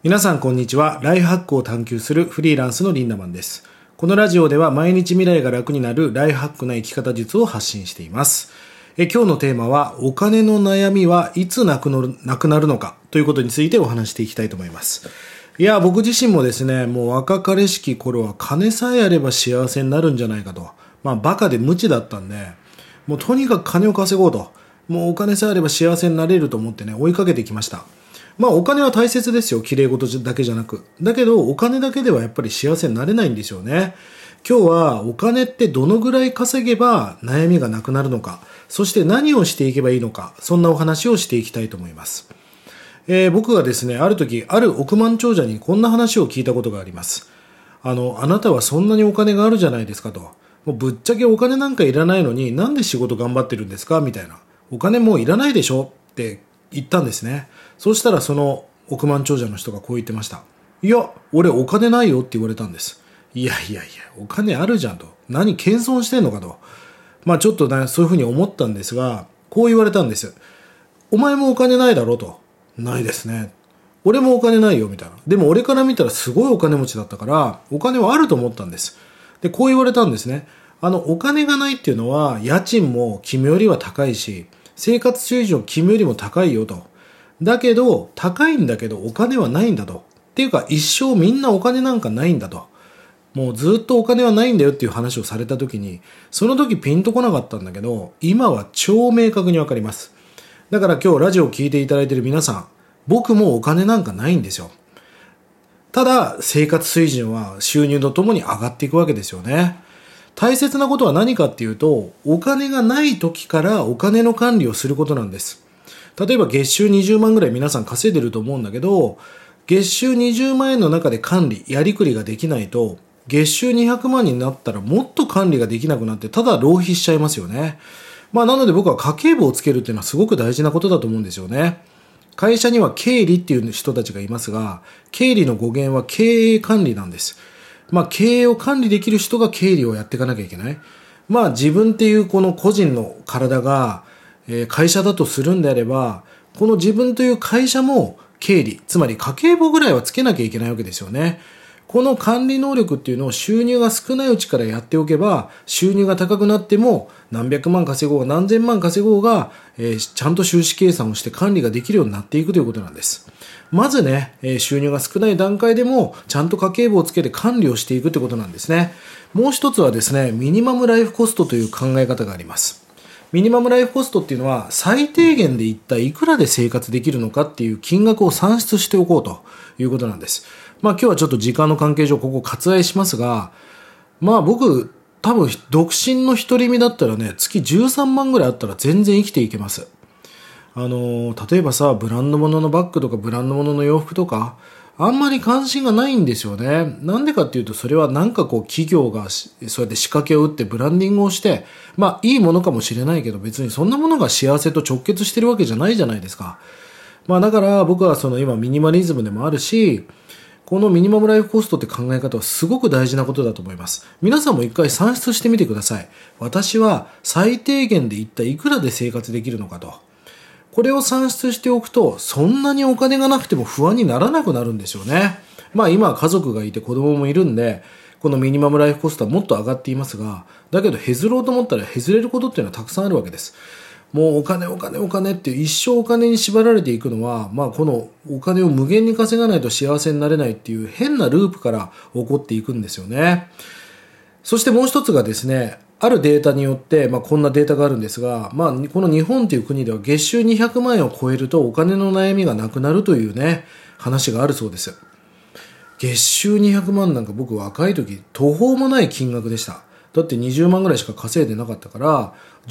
皆さんこんにちは。ライフハックを探求するフリーランスのリンダマンです。このラジオでは毎日未来が楽になるライフハックな生き方術を発信しています。今日のテーマはお金の悩みはいつなくなるのかということについてお話していきたいと思います。僕自身もですね、もう若かりしき頃は金さえあれば幸せになるんじゃないかと。バカで無知だったんで、もうとにかく金を稼ごうと。もうお金さえあれば幸せになれると思ってね、追いかけてきました。お金は大切ですよ。綺麗事だけじゃなく。だけど、お金だけではやっぱり幸せになれないんですよね。今日はお金ってどのぐらい稼げば悩みがなくなるのか、そして何をしていけばいいのか、そんなお話をしていきたいと思います。僕がですね、ある時、ある億万長者にこんな話を聞いたことがあります。あなたはそんなにお金があるじゃないですかと。もうぶっちゃけお金なんかいらないのになんで仕事頑張ってるんですかみたいな。お金もういらないでしょって言ったんですね。そうしたらその億万長者の人がこう言ってました。いや、俺お金ないよって言われたんです。いや、お金あるじゃんと。何謙遜してんのかと。ちょっとね、そういうふうに思ったんですが、こう言われたんです。お前もお金ないだろと。ないですね。俺もお金ないよみたいな。でも俺から見たらすごいお金持ちだったから、お金はあると思ったんです。で、こう言われたんですね。お金がないっていうのは、家賃も君よりは高いし、生活水準君よりも高いよと。だけど、高いんだけどお金はないんだと。っていうか、一生みんなお金なんかないんだと。もうずっとお金はないんだよっていう話をされた時に、その時ピンとこなかったんだけど、今は超明確にわかります。だから今日ラジオを聞いていただいている皆さん、僕もお金なんかないんですよ。ただ、生活水準は収入とともに上がっていくわけですよね。大切なことは何かっていうと、お金がない時からお金の管理をすることなんです。例えば月収20万ぐらい皆さん稼いでると思うんだけど、月収20万円の中で管理、やりくりができないと、月収200万になったらもっと管理ができなくなって、ただ浪費しちゃいますよね。なので僕は家計簿をつけるっていうのはすごく大事なことだと思うんですよね。会社には経理っていう人たちがいますが、経理の語源は経営管理なんです。経営を管理できる人が経理をやっていかなきゃいけない。自分っていうこの個人の体が、会社だとするんであれば、この自分という会社も経理、つまり家計簿ぐらいはつけなきゃいけないわけですよね。この管理能力っていうのを収入が少ないうちからやっておけば、収入が高くなっても何百万稼ごうが何千万稼ごうが、ちゃんと収支計算をして管理ができるようになっていくということなんです。まずね、収入が少ない段階でもちゃんと家計簿をつけて管理をしていくということなんですね。もう一つはですね、ミニマムライフコストという考え方があります。ミニマムライフコストっていうのは最低限で一体いくらで生活できるのかっていう金額を算出しておこうということなんです。今日はちょっと時間の関係上ここ割愛しますが、僕多分独身の独り身だったらね、月13万ぐらいあったら全然生きていけます。例えばさ、ブランド物のバッグとかブランド物の洋服とか、あんまり関心がないんですよね。なんでかっていうと、それは企業がそうやって仕掛けを打ってブランディングをして、いいものかもしれないけど、別にそんなものが幸せと直結してるわけじゃないじゃないですか。だから僕は今ミニマリズムでもあるし、このミニマムライフコストって考え方はすごく大事なことだと思います。皆さんも一回算出してみてください。私は最低限で一体いくらで生活できるのかと。これを算出しておくと、そんなにお金がなくても不安にならなくなるんですよね。今は家族がいて子供もいるんで、このミニマムライフコストはもっと上がっていますが、だけど削ろうと思ったら削れることっていうのはたくさんあるわけです。もうお金っていう一生お金に縛られていくのは、このお金を無限に稼がないと幸せになれないっていう変なループから起こっていくんですよね。そしてもう一つがですね、あるデータによって、こんなデータがあるんですが、この日本という国では月収200万円を超えるとお金の悩みがなくなるというね、話があるそうです。月収200万なんか僕若い時途方もない金額でした。だって20万ぐらいしか稼いでなかったから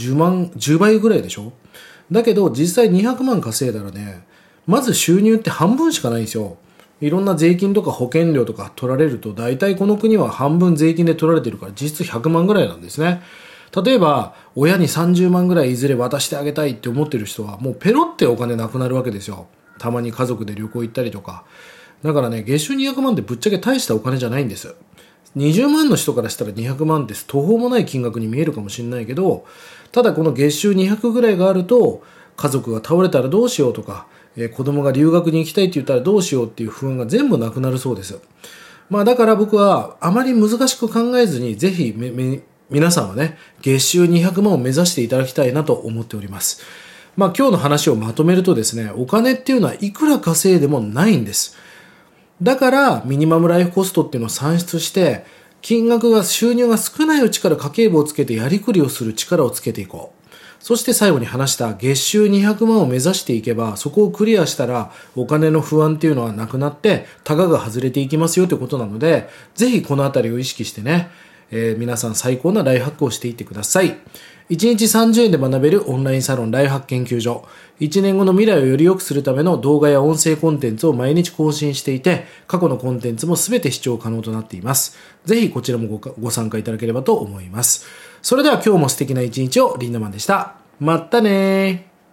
10倍ぐらいでしょ。だけど実際200万稼いだらね、まず収入って半分しかないんですよ。いろんな税金とか保険料とか取られると、大体この国は半分税金で取られてるから実質100万ぐらいなんですね。例えば親に30万ぐらいいずれ渡してあげたいって思ってる人はもうペロってお金なくなるわけですよ。たまに家族で旅行行ったりとか。だからね、月収200万ってぶっちゃけ大したお金じゃないんです。20万の人からしたら200万って途方もない金額に見えるかもしれないけど、ただこの月収200ぐらいがあると、家族が倒れたらどうしようとか、 子供が留学に行きたいって言ったらどうしようっていう不安が全部なくなるそうです。だから僕はあまり難しく考えずに、ぜひ皆さんはね、月収200万を目指していただきたいなと思っております。今日の話をまとめるとですね、お金っていうのはいくら稼いでもないんです。だからミニマムライフコストっていうのを算出して、収入が少ないうちから家計簿をつけてやりくりをする力をつけていこう。そして最後に話した月収200万を目指していけば、そこをクリアしたらお金の不安っていうのはなくなって、タガが外れていきますよということなので、ぜひこのあたりを意識してね、皆さん最高なライフハックをしていってください。1日30円で学べるオンラインサロンライフハック研究所。1年後の未来をより良くするための動画や音声コンテンツを毎日更新していて、過去のコンテンツもすべて視聴可能となっています。ぜひこちらもご参加いただければと思います。それでは今日も素敵な一日を、リンダマンでした。またねー。